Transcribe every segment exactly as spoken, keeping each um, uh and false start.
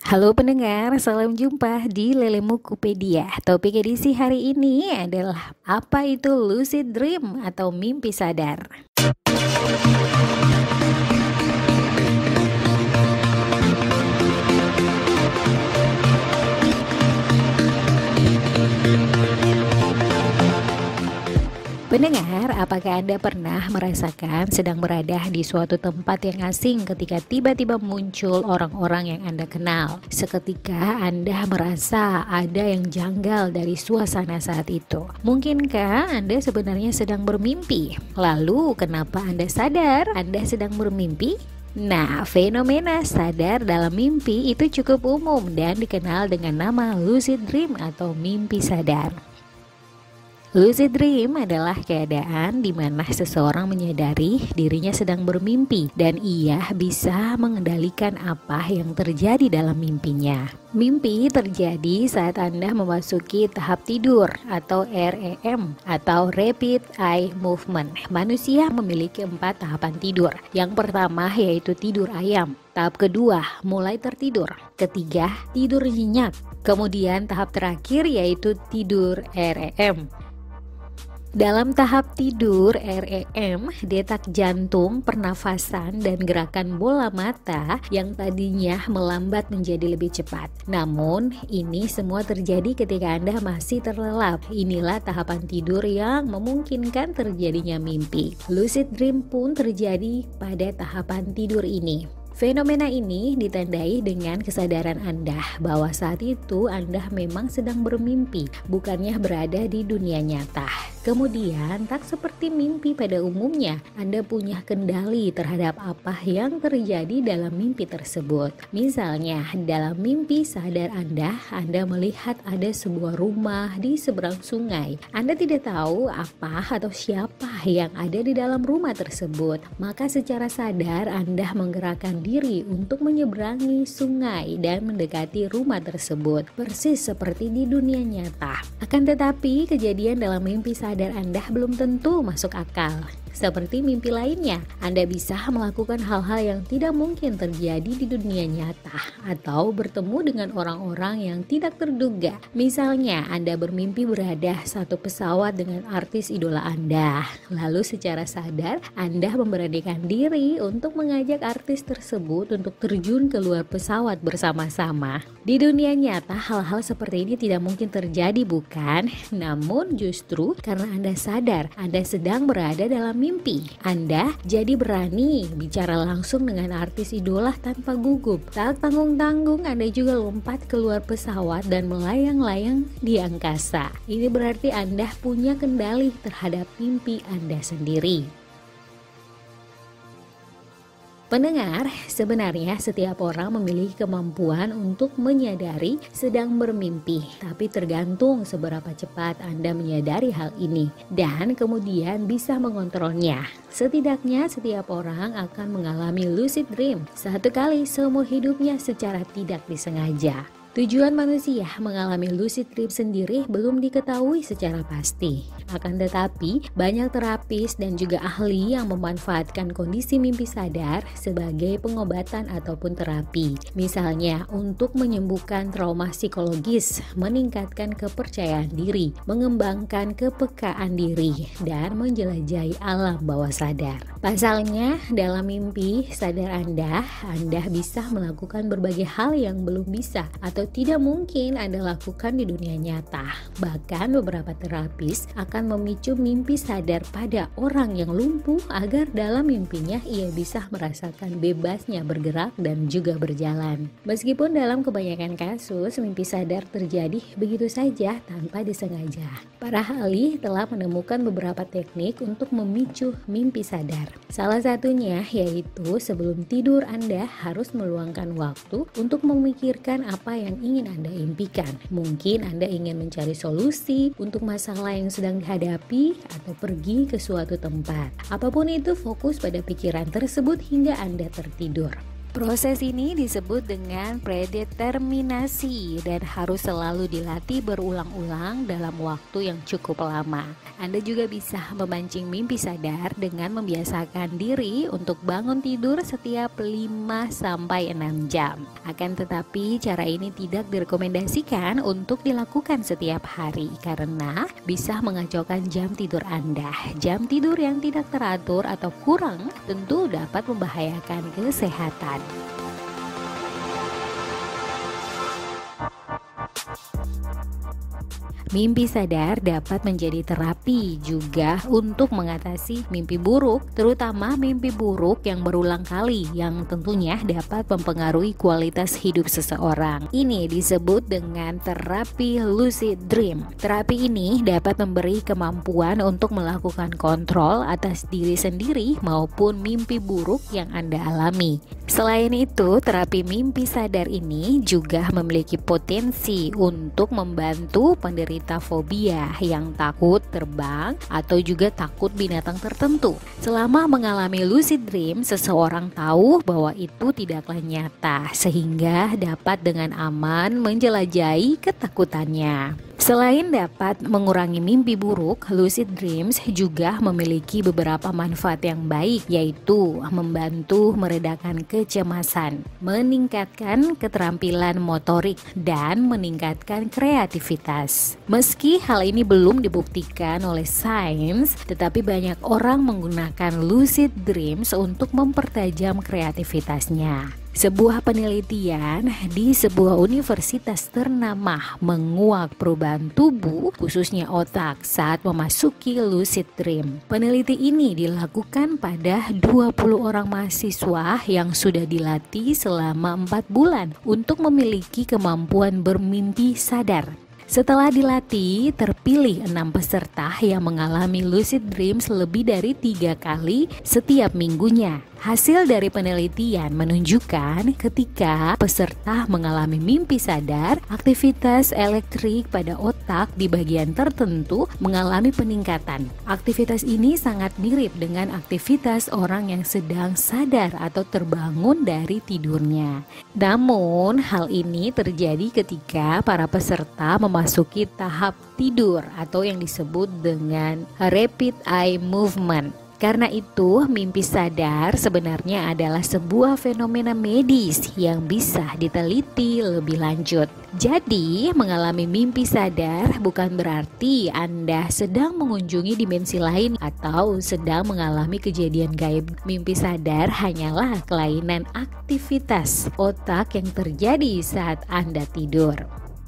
Halo pendengar, salam jumpa di Lelemukupedia. Topik edisi hari ini adalah apa itu lucid dream atau mimpi sadar. Pendengar, apakah Anda pernah merasakan sedang berada di suatu tempat yang asing ketika tiba-tiba muncul orang-orang yang Anda kenal? Seketika Anda merasa ada yang janggal dari suasana saat itu. Mungkinkah Anda sebenarnya sedang bermimpi? Lalu, kenapa Anda sadar Anda sedang bermimpi? Nah, fenomena sadar dalam mimpi itu cukup umum dan dikenal dengan nama lucid dream atau mimpi sadar. Lucid dream adalah keadaan di mana seseorang menyadari dirinya sedang bermimpi dan ia bisa mengendalikan apa yang terjadi dalam mimpinya. Mimpi terjadi saat Anda memasuki tahap tidur atau R E M atau Rapid Eye Movement. Manusia memiliki empat tahapan tidur. Yang pertama yaitu tidur ayam. Tahap kedua, mulai tertidur. Ketiga, tidur nyenyak. Kemudian tahap terakhir yaitu tidur R E M. Dalam tahap tidur R E M, detak jantung, pernafasan, dan gerakan bola mata yang tadinya melambat menjadi lebih cepat. Namun, ini semua terjadi ketika Anda masih terlelap. Inilah tahapan tidur yang memungkinkan terjadinya mimpi. Lucid dream pun terjadi pada tahapan tidur ini. Fenomena ini ditandai dengan kesadaran Anda bahwa saat itu Anda memang sedang bermimpi, bukannya berada di dunia nyata. Kemudian, tak seperti mimpi pada umumnya, Anda punya kendali terhadap apa yang terjadi dalam mimpi tersebut. Misalnya, dalam mimpi sadar Anda, Anda melihat ada sebuah rumah di seberang sungai. Anda tidak tahu apa atau siapa yang ada di dalam rumah tersebut. Maka secara sadar Anda menggerakkan diri untuk menyeberangi sungai dan mendekati rumah tersebut, persis seperti di dunia nyata. Akan tetapi, kejadian dalam mimpi sadar sadar Anda belum tentu masuk akal. Seperti mimpi lainnya, Anda bisa melakukan hal-hal yang tidak mungkin terjadi di dunia nyata atau bertemu dengan orang-orang yang tidak terduga. Misalnya, Anda bermimpi berada satu pesawat dengan artis idola Anda. Lalu secara sadar, Anda memberanikan diri untuk mengajak artis tersebut untuk terjun ke luar pesawat bersama-sama. Di dunia nyata, hal-hal seperti ini tidak mungkin terjadi, bukan? Namun justru karena Anda sadar Anda sedang berada dalam mimpi, Anda jadi berani bicara langsung dengan artis idola tanpa gugup. Tak tanggung-tanggung Anda juga lompat keluar pesawat dan melayang-layang di angkasa. Ini berarti Anda punya kendali terhadap mimpi Anda sendiri. Pendengar, sebenarnya setiap orang memiliki kemampuan untuk menyadari sedang bermimpi, tapi tergantung seberapa cepat Anda menyadari hal ini dan kemudian bisa mengontrolnya. Setidaknya setiap orang akan mengalami lucid dream satu kali seumur hidupnya secara tidak disengaja. Tujuan manusia mengalami lucid dream sendiri belum diketahui secara pasti. Akan tetapi, banyak terapis dan juga ahli yang memanfaatkan kondisi mimpi sadar sebagai pengobatan ataupun terapi. Misalnya, untuk menyembuhkan trauma psikologis, meningkatkan kepercayaan diri, mengembangkan kepekaan diri, dan menjelajahi alam bawah sadar. Pasalnya, dalam mimpi sadar Anda, Anda bisa melakukan berbagai hal yang belum bisa atau atau tidak mungkin Anda lakukan di dunia nyata. Bahkan beberapa terapis akan memicu mimpi sadar pada orang yang lumpuh agar dalam mimpinya ia bisa merasakan bebasnya bergerak dan juga berjalan. Meskipun dalam kebanyakan kasus mimpi sadar terjadi begitu saja tanpa disengaja. Para ahli telah menemukan beberapa teknik untuk memicu mimpi sadar. Salah satunya yaitu sebelum tidur Anda harus meluangkan waktu untuk memikirkan apa yang ingin Anda impikan. Mungkin Anda ingin mencari solusi untuk masalah yang sedang dihadapi atau pergi ke suatu tempat. Apapun itu, fokus pada pikiran tersebut hingga Anda tertidur. Proses ini disebut dengan predeterminasi dan harus selalu dilatih berulang-ulang dalam waktu yang cukup lama. Anda juga bisa memancing mimpi sadar dengan membiasakan diri untuk bangun tidur setiap lima sampai enam jam. Akan tetapi cara ini tidak direkomendasikan untuk dilakukan setiap hari karena bisa mengacaukan jam tidur Anda. Jam tidur yang tidak teratur atau kurang tentu dapat membahayakan kesehatan. Mimpi sadar dapat menjadi terapi juga untuk mengatasi mimpi buruk, terutama mimpi buruk yang berulang kali yang tentunya dapat mempengaruhi kualitas hidup seseorang. Ini disebut dengan terapi lucid dream. Terapi ini dapat memberi kemampuan untuk melakukan kontrol atas diri sendiri maupun mimpi buruk yang Anda alami. Selain itu, terapi mimpi sadar ini juga memiliki potensi untuk membantu penderita fobia yang takut terbang atau juga takut binatang tertentu. Selama mengalami lucid dream, seseorang tahu bahwa itu tidaklah nyata sehingga dapat dengan aman menjelajahi ketakutannya. Selain dapat mengurangi mimpi buruk, lucid dreams juga memiliki beberapa manfaat yang baik, yaitu membantu meredakan kecemasan, meningkatkan keterampilan motorik, dan meningkatkan kreativitas. Meski hal ini belum dibuktikan oleh sains, tetapi banyak orang menggunakan lucid dreams untuk mempertajam kreativitasnya. Sebuah penelitian di sebuah universitas ternama menguak perubahan tubuh, khususnya otak, saat memasuki lucid dream. Peneliti ini dilakukan pada dua puluh orang mahasiswa yang sudah dilatih selama empat bulan untuk memiliki kemampuan bermimpi sadar. Setelah dilatih, terpilih enam peserta yang mengalami lucid dreams lebih dari tiga kali setiap minggunya. Hasil dari penelitian menunjukkan ketika peserta mengalami mimpi sadar, aktivitas elektrik pada otak di bagian tertentu mengalami peningkatan. Aktivitas ini sangat mirip dengan aktivitas orang yang sedang sadar atau terbangun dari tidurnya. Namun, hal ini terjadi ketika para peserta memasuki tahap tidur atau yang disebut dengan rapid eye movement. Karena itu, mimpi sadar sebenarnya adalah sebuah fenomena medis yang bisa diteliti lebih lanjut. Jadi, mengalami mimpi sadar bukan berarti Anda sedang mengunjungi dimensi lain atau sedang mengalami kejadian gaib. Mimpi sadar hanyalah kelainan aktivitas otak yang terjadi saat Anda tidur.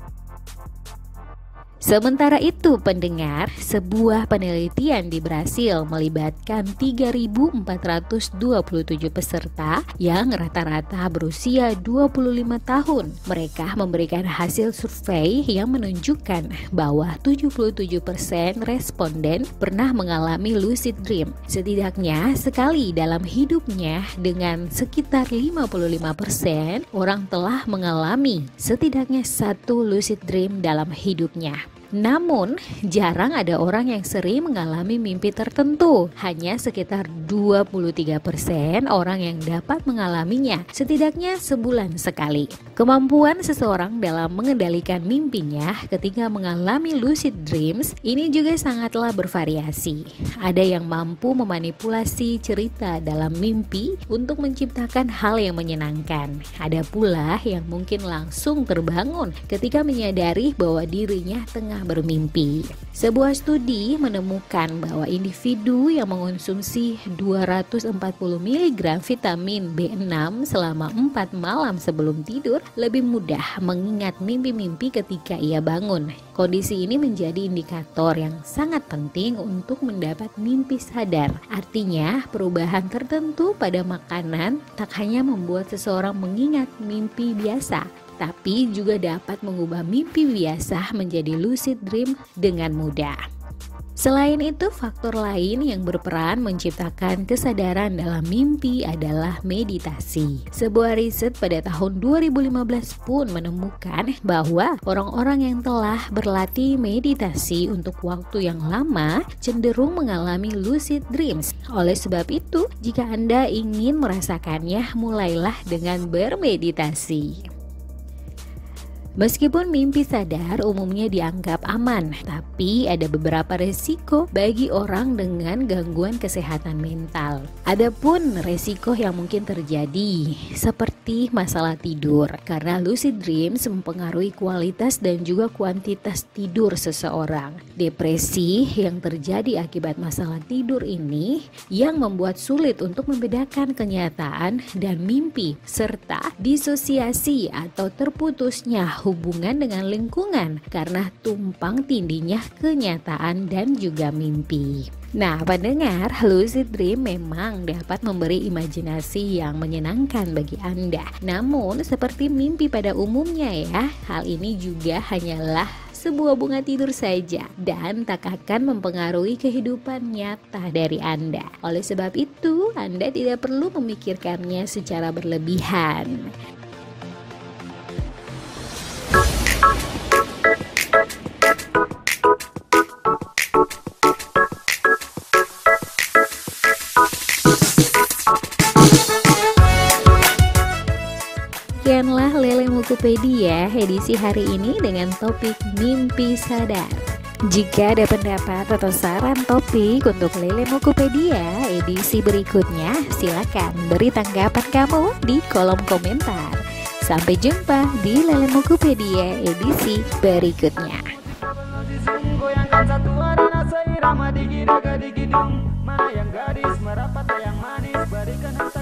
Sementara itu, pendengar, sebuah penelitian di Brasil melibatkan tiga ribu empat ratus dua puluh tujuh peserta yang rata-rata berusia dua puluh lima tahun. Mereka memberikan hasil survei yang menunjukkan bahwa tujuh puluh tujuh persen responden pernah mengalami lucid dream setidaknya sekali dalam hidupnya, dengan sekitar lima puluh lima persen orang telah mengalami setidaknya satu lucid dream dalam hidupnya. Namun, jarang ada orang yang sering mengalami mimpi tertentu. Hanya sekitar dua puluh tiga persen orang yang dapat mengalaminya setidaknya sebulan sekali. Kemampuan seseorang dalam mengendalikan mimpinya ketika mengalami lucid dreams ini juga sangatlah bervariasi. Ada yang mampu memanipulasi cerita dalam mimpi untuk menciptakan hal yang menyenangkan. Ada pula yang mungkin langsung terbangun ketika menyadari bahwa dirinya tengah bermimpi. Sebuah studi menemukan bahwa individu yang mengonsumsi dua ratus empat puluh miligram vitamin B enam selama empat malam sebelum tidur lebih mudah mengingat mimpi-mimpi ketika ia bangun. Kondisi ini menjadi indikator yang sangat penting untuk mendapat mimpi sadar. Artinya, perubahan tertentu pada makanan tak hanya membuat seseorang mengingat mimpi biasa, tapi juga dapat mengubah mimpi biasa menjadi lucid dream dengan mudah. Selain itu, faktor lain yang berperan menciptakan kesadaran dalam mimpi adalah meditasi. Sebuah riset pada tahun dua ribu lima belas pun menemukan bahwa orang-orang yang telah berlatih meditasi untuk waktu yang lama cenderung mengalami lucid dreams. Oleh sebab itu, jika Anda ingin merasakannya, mulailah dengan bermeditasi. Meskipun mimpi sadar umumnya dianggap aman, tapi ada beberapa resiko bagi orang dengan gangguan kesehatan mental. Adapun resiko yang mungkin terjadi seperti masalah tidur, karena lucid dreams mempengaruhi kualitas dan juga kuantitas tidur seseorang. Depresi yang terjadi akibat masalah tidur ini yang membuat sulit untuk membedakan kenyataan dan mimpi, serta disosiasi atau terputusnya hubungan dengan lingkungan karena tumpang tindihnya kenyataan dan juga mimpi. Nah, pendengar, lucid dream memang dapat memberi imajinasi yang menyenangkan bagi Anda. Namun, seperti mimpi pada umumnya ya, hal ini juga hanyalah sebuah bunga tidur saja dan tak akan mempengaruhi kehidupan nyata dari Anda. Oleh sebab itu, Anda tidak perlu memikirkannya secara berlebihan. Sekianlah Lele Mukupedia edisi hari ini dengan topik mimpi sadar. Jika ada pendapat atau saran topik untuk Lele Mukupedia edisi berikutnya, silakan beri tanggapan kamu di kolom komentar. Sampai jumpa di Lele Mukupedia edisi berikutnya. Mana yang gadis merapat, yang manis berikan harta.